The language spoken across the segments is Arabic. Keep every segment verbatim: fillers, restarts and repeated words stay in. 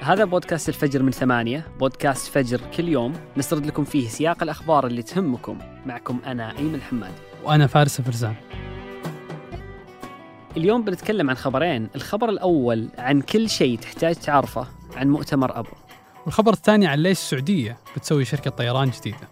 هذا بودكاست الفجر من ثمانية، بودكاست فجر كل يوم نسرد لكم فيه سياق الأخبار اللي تهمكم. معكم أنا أيمن الحمادي وأنا فارس فرزان. اليوم بنتكلم عن خبرين. الخبر الأول عن كل شيء تحتاج تعرفه عن مؤتمر أبل، والخبر الثاني عن ليش السعودية بتسوي شركة طيران جديدة.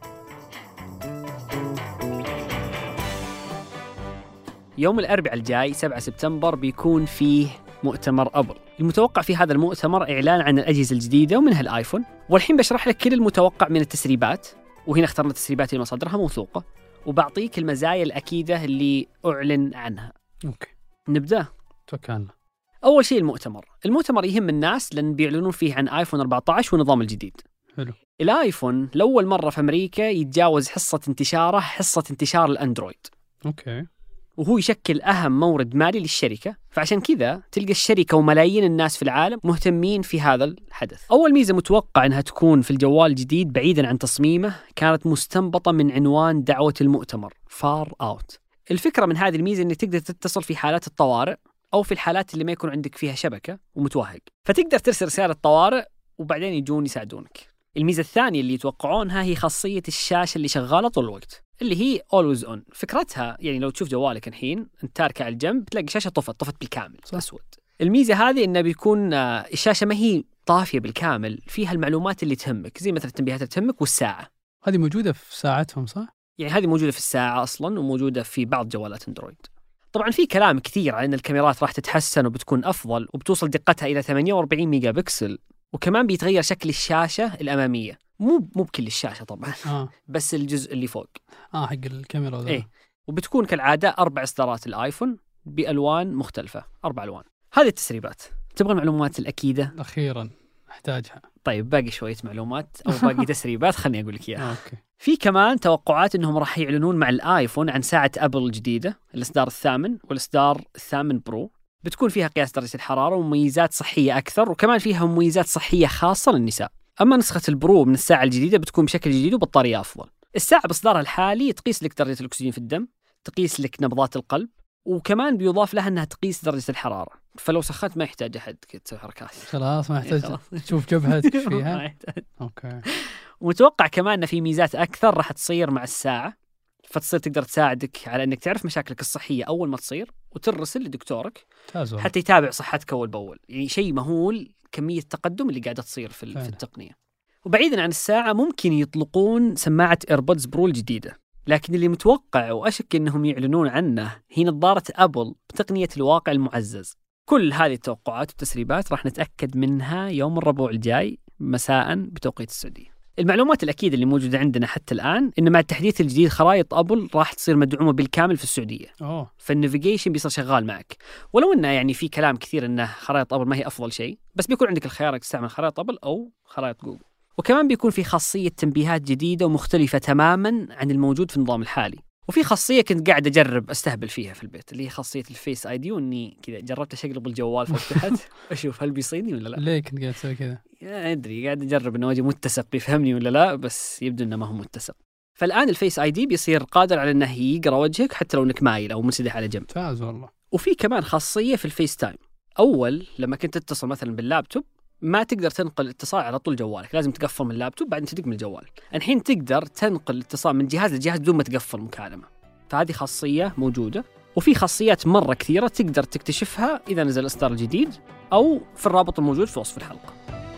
يوم الأربعاء الجاي سبعة سبتمبر بيكون فيه مؤتمر أبل. المتوقع في هذا المؤتمر إعلان عن الأجهزة الجديدة ومنها الآيفون، والحين بشرح لك كل المتوقع من التسريبات، وهنا اخترنا تسريبات اللي مصادرها موثوقة، وبعطيك المزايا الأكيدة اللي أعلن عنها. أوكي. نبدأ. توكلنا. أول شيء المؤتمر. المؤتمر يهم الناس لأن بيعلنون فيه عن آيفون أربعة عشر ونظام الجديد. حلو. الآيفون لأول مرة في أمريكا يتجاوز حصة انتشاره حصة انتشار الأندرويد. أوكي. وهو يشكل أهم مورد مالي للشركة، فعشان كذا تلقى الشركة وملايين الناس في العالم مهتمين في هذا الحدث. أول ميزة متوقع أنها تكون في الجوال الجديد بعيداً عن تصميمه كانت مستنبطة من عنوان دعوة المؤتمر Far Out. الفكرة من هذه الميزة أنك تقدر تتصل في حالات الطوارئ أو في الحالات اللي ما يكون عندك فيها شبكة ومتوهق، فتقدر ترسل رسالة طوارئ وبعدين يجون يساعدونك. الميزة الثانية اللي يتوقعونها هي خاصية الشاشة اللي شغالة طول الوقت، اللي هي Always On. فكرتها يعني لو تشوف جوالك الحين انت تاركه على الجنب تلاقي شاشة طفت طفت بالكامل صح. أسود. الميزة هذه إنه بيكون الشاشة ما هي طافية بالكامل، فيها المعلومات اللي تهمك زي مثلا التنبيهات اللي تهمك والساعة. هذه موجودة في ساعتهم صح؟ يعني هذه موجودة في الساعة أصلاً وموجودة في بعض جوالات أندرويد. طبعاً في كلام كثير عن أن الكاميرات راح تتحسن وبتكون أفضل وبتوصل دقتها إلى ثمانية وأربعين ميجا بكسل، وكمان بيتغير شكل الشاشة الأمامية، مو مو بكل الشاشة طبعاً آه. بس الجزء اللي فوق. آه حق الكاميرا ده. إيه. وبتكون كالعادة أربع إصدارات الآيفون بألوان مختلفة، أربع ألوان. هذه التسريبات. تبغى المعلومات الأكيدة؟ أخيراً أحتاجها. طيب باقي شوية معلومات أو باقي تسريبات خلني أقول لك إياها. أوكي. في كمان توقعات إنهم راح يعلنون مع الآيفون عن ساعة أبل الجديدة، الإصدار الثامن والإصدار الثامن برو. بتكون فيها قياس درجة الحرارة ومميزات صحية أكثر، وكمان فيها مميزات صحية خاصة للنساء. أما نسخة البرو من الساعة الجديدة بتكون بشكل جديد وبطارية أفضل. الساعة بإصدارها الحالي تقيس لك درجة الأكسجين في الدم، تقيس لك نبضات القلب، وكمان بيضاف لها أنها تقيس درجة الحرارة، فلو سخنت ما يحتاج أحد تسوي حركات. خلاص ما يحتاج تشوف جبهتك فيها. أوكي. ومتوقع كمان أن في ميزات أكثر راح تصير مع الساعة، فتصير تقدر تساعدك على أنك تعرف مشاكلك الصحية أول ما تصير وترسل لدكتورك تازول. حتى يتابع صحتك أول بأول. يعني شيء مهول كمية التقدم اللي قاعدة تصير في, في التقنية. وبعيداً عن الساعة ممكن يطلقون سماعة إيربودز برو الجديدة، لكن اللي متوقع وأشك أنهم يعلنون عنه هي نظارة أبل بتقنية الواقع المعزز. كل هذه التوقعات والتسريبات راح نتأكد منها يوم الربوع الجاي مساءً بتوقيت السعودية. المعلومات الأكيدة اللي موجودة عندنا حتى الآن إن مع التحديث الجديد خرائط أبل راح تصير مدعومة بالكامل في السعودية. أوه. فالنافيجيشن بيصير شغال معك، ولو إنه يعني في كلام كثير إنه خرائط أبل ما هي أفضل شيء، بس بيكون عندك الخيار تستعمل خرائط أبل أو خرائط جوجل. وكمان بيكون في خاصية تنبيهات جديدة ومختلفة تماماً عن الموجود في النظام الحالي. وفي خاصية كنت قاعد أجرب أستهبل فيها في البيت اللي هي خاصية الفيس آي دي، وإني كذا جربت أشقلب الجوال فوق تحت أشوف هل بيصيدني ولا لا. ليه كنت قاعد تسوي كذا؟ يا أدري قاعد أجرب إنه وجهي متسق بيفهمني ولا لا، بس يبدو إنه ما هو متسق. فالآن الفيس آي دي بيصير قادر على إنه يقرأ وجهك حتى لو إنك مايل أو منسدح على جنب. فاز والله. وفي كمان خاصية في الفيس تايم. أول لما كنت تتصل مثلا باللابتوب ما تقدر تنقل الاتصال على طول جوالك، لازم تقفل من اللابتوب بعدين تدق من الجوال. الحين تقدر تنقل الاتصال من جهاز لجهاز بدون ما تقفل مكالمة، فهذه خاصية موجودة. وفي خاصيات مرة كثيرة تقدر تكتشفها إذا نزل الإصدار الجديد أو في الرابط الموجود في وصف الحلقة.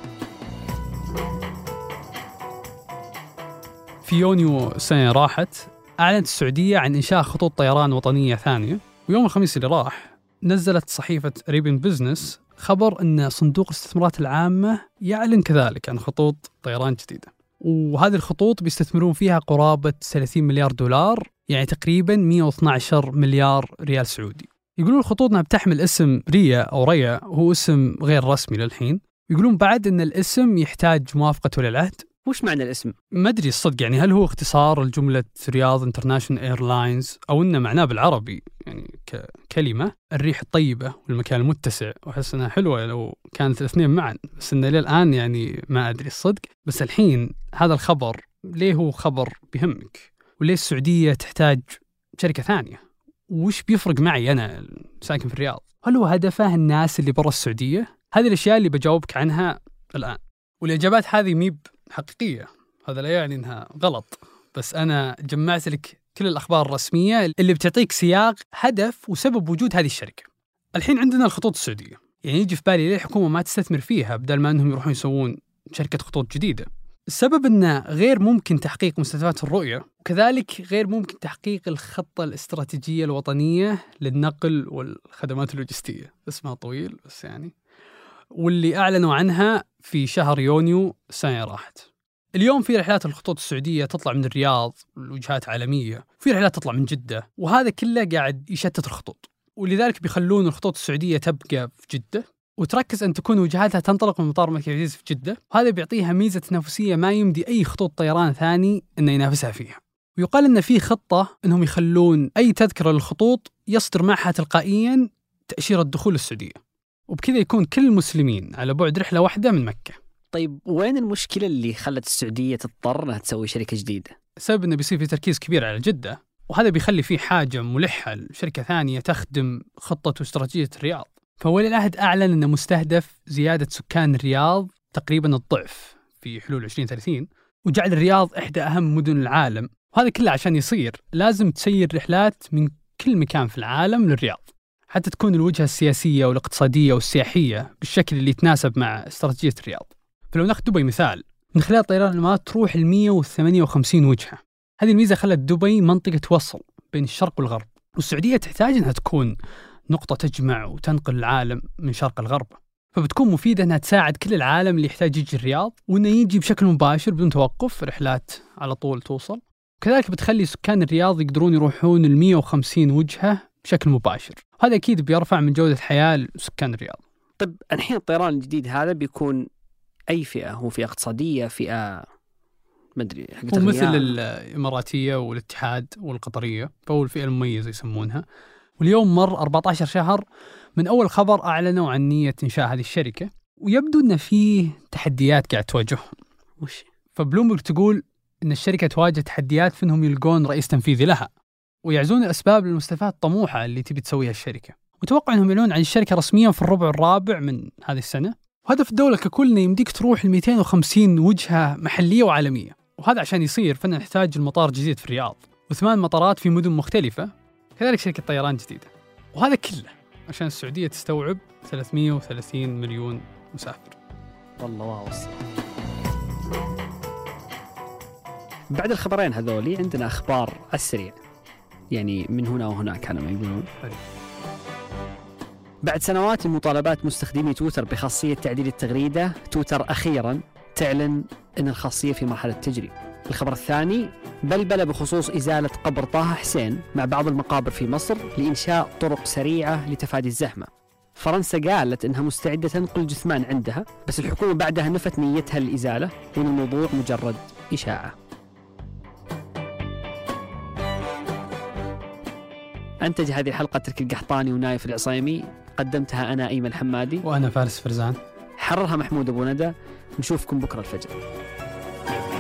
في يونيو السنة راحت أعلنت السعودية عن إنشاء خطوط طيران وطنية ثانية، ويوم الخميس اللي راح نزلت صحيفة ريبن بزنس خبر أن صندوق الاستثمارات العامة يعلن كذلك عن خطوط طيران جديدة، وهذه الخطوط بيستثمرون فيها قرابة ثلاثين مليار دولار، يعني تقريباً مئة واثني عشر مليار ريال سعودي. يقولون الخطوط أنها بتحمل اسم ريا أو ريا، هو اسم غير رسمي للحين. يقولون بعد أن الاسم يحتاج موافقة ولي العهد. وش معنى الاسم؟ ما أدري الصدق، يعني هل هو اختصار الجملة رياض انترناشونال ايرلاينز، أو إنه معناه بالعربي يعني ككلمة الريح الطيبة والمكان المتسع، وأحس أنها حلوة لو كانت الاثنين معا، بس إنه إلى الآن يعني ما أدري الصدق. بس الحين هذا الخبر ليه هو خبر بيهمك؟ وليه السعودية تحتاج شركة ثانية؟ وش بيفرق معي أنا ساكن في الرياض؟ هل هو هدفه الناس اللي برا السعودية؟ هذه الأشياء اللي بجاوبك عنها الآن. والإجابات هذه ميب حقيقية، هذا لا يعني إنها غلط، بس أنا جمعت لك كل الأخبار الرسمية اللي بتعطيك سياق هدف وسبب وجود هذه الشركة. الحين عندنا الخطوط السعودية، يعني يجي في بالي ليه الحكومة ما تستثمر فيها بدل ما أنهم يروحون يسوون شركة خطوط جديدة؟ السبب أنه غير ممكن تحقيق مستهدفات الرؤية، وكذلك غير ممكن تحقيق الخطة الاستراتيجية الوطنية للنقل والخدمات اللوجستية، اسمها طويل بس يعني، واللي أعلنوا عنها في شهر يونيو السنة راحت. اليوم في رحلات الخطوط السعودية تطلع من الرياض لوجهات عالمية، في رحلات تطلع من جدة، وهذا كله قاعد يشتت الخطوط، ولذلك بيخلون الخطوط السعودية تبقى في جدة وتركز أن تكون وجهاتها تنطلق من مطار الملك عبد العزيز في جدة، وهذا بيعطيها ميزة تنافسية ما يمدي أي خطوط طيران ثاني أنه ينافسها فيها. ويقال أن في خطة أنهم يخلون أي تذكرة للخطوط يصدر معها تلقائياً تأشيرة دخول السعودية، وبكذا يكون كل المسلمين على بعد رحلة واحدة من مكة. طيب وين المشكلة اللي خلت السعودية تضطر أنها تسوي شركة جديدة؟ السبب أنه بيصير في تركيز كبير على جدة، وهذا بيخلي فيه حاجة ملحة لشركة ثانية تخدم خطة واستراتيجية الرياض. فولي العهد أعلن أنه مستهدف زيادة سكان الرياض تقريباً الضعف في حلول عشرين ثلاثين، وجعل الرياض إحدى أهم مدن العالم. وهذا كله عشان يصير لازم تسير رحلات من كل مكان في العالم للرياض، حتى تكون الوجهة السياسية والاقتصادية والسياحية بالشكل اللي يتناسب مع استراتيجية الرياض. فلو ناخذ دبي مثال، من خلال طيران الإمارات تروح ل مئة وثمانية وخمسين وجهة. هذه الميزة خلت دبي منطقة وصل بين الشرق والغرب، والسعودية تحتاج أنها تكون نقطة تجمع وتنقل العالم من شرق الغرب، فبتكون مفيدة أنها تساعد كل العالم اللي يحتاج يجي الرياض، وأنه يجي بشكل مباشر بدون توقف، رحلات على طول توصل. وكذلك بتخلي سكان الرياض يقدرون يروحون ال مئة وخمسين وجهة بشكل مباشر، هذا أكيد بيرفع من جودة الحياة لسكان الرياض. طيب الحين الطيران الجديد هذا بيكون أي فئة؟ هو فئة اقتصادية، فئة ما أدري حقت هو مثل الإماراتية والاتحاد والقطرية، فهو الفئة المميزة يسمونها. واليوم مر أربعة عشر شهر من أول خبر أعلنوا عن نية إنشاء هذه الشركة، ويبدو أن فيه تحديات قاعد تواجههم. وش؟ فبلومبرج تقول أن الشركة تواجه تحديات في أنهم يلقون رئيس تنفيذي لها، ويعزون الأسباب للمستهدفات الطموحة اللي تبي تسويها الشركة. وتوقع أنهم يعلنون عن الشركة رسميا في الربع الرابع من هذه السنة. وهدف الدولة ككل يمديك تروح ل مئتين وخمسين وجهة محلية وعالمية، وهذا عشان يصير فإننا نحتاج المطار جديد في الرياض وثمان مطارات في مدن مختلفة، كذلك شركة طيران جديدة. وهذا كله عشان السعودية تستوعب ثلاثمئة وثلاثين مليون مسافر. والله واو. بعد الخبرين هذولي عندنا أخبار السريع، يعني من هنا وهناك على ما يقولون. بعد سنوات من مطالبات مستخدمي تويتر بخاصية تعديل التغريدة، تويتر أخيراً تعلن أن الخاصية في مرحلة تجريب. الخبر الثاني، بلبلة بخصوص إزالة قبر طه حسين مع بعض المقابر في مصر لإنشاء طرق سريعة لتفادي الزحمة. فرنسا قالت أنها مستعدة تنقل الجثمان عندها، بس الحكومة بعدها نفت نيتها للإزالة، وأن الموضوع مجرد إشاعة. أنتج هذه الحلقة تركي القحطاني ونايف العصيمي، قدمتها أنا أيمن الحمادي وأنا فارس فرزان، حررها محمود أبو ندى. نشوفكم بكرة الفجر.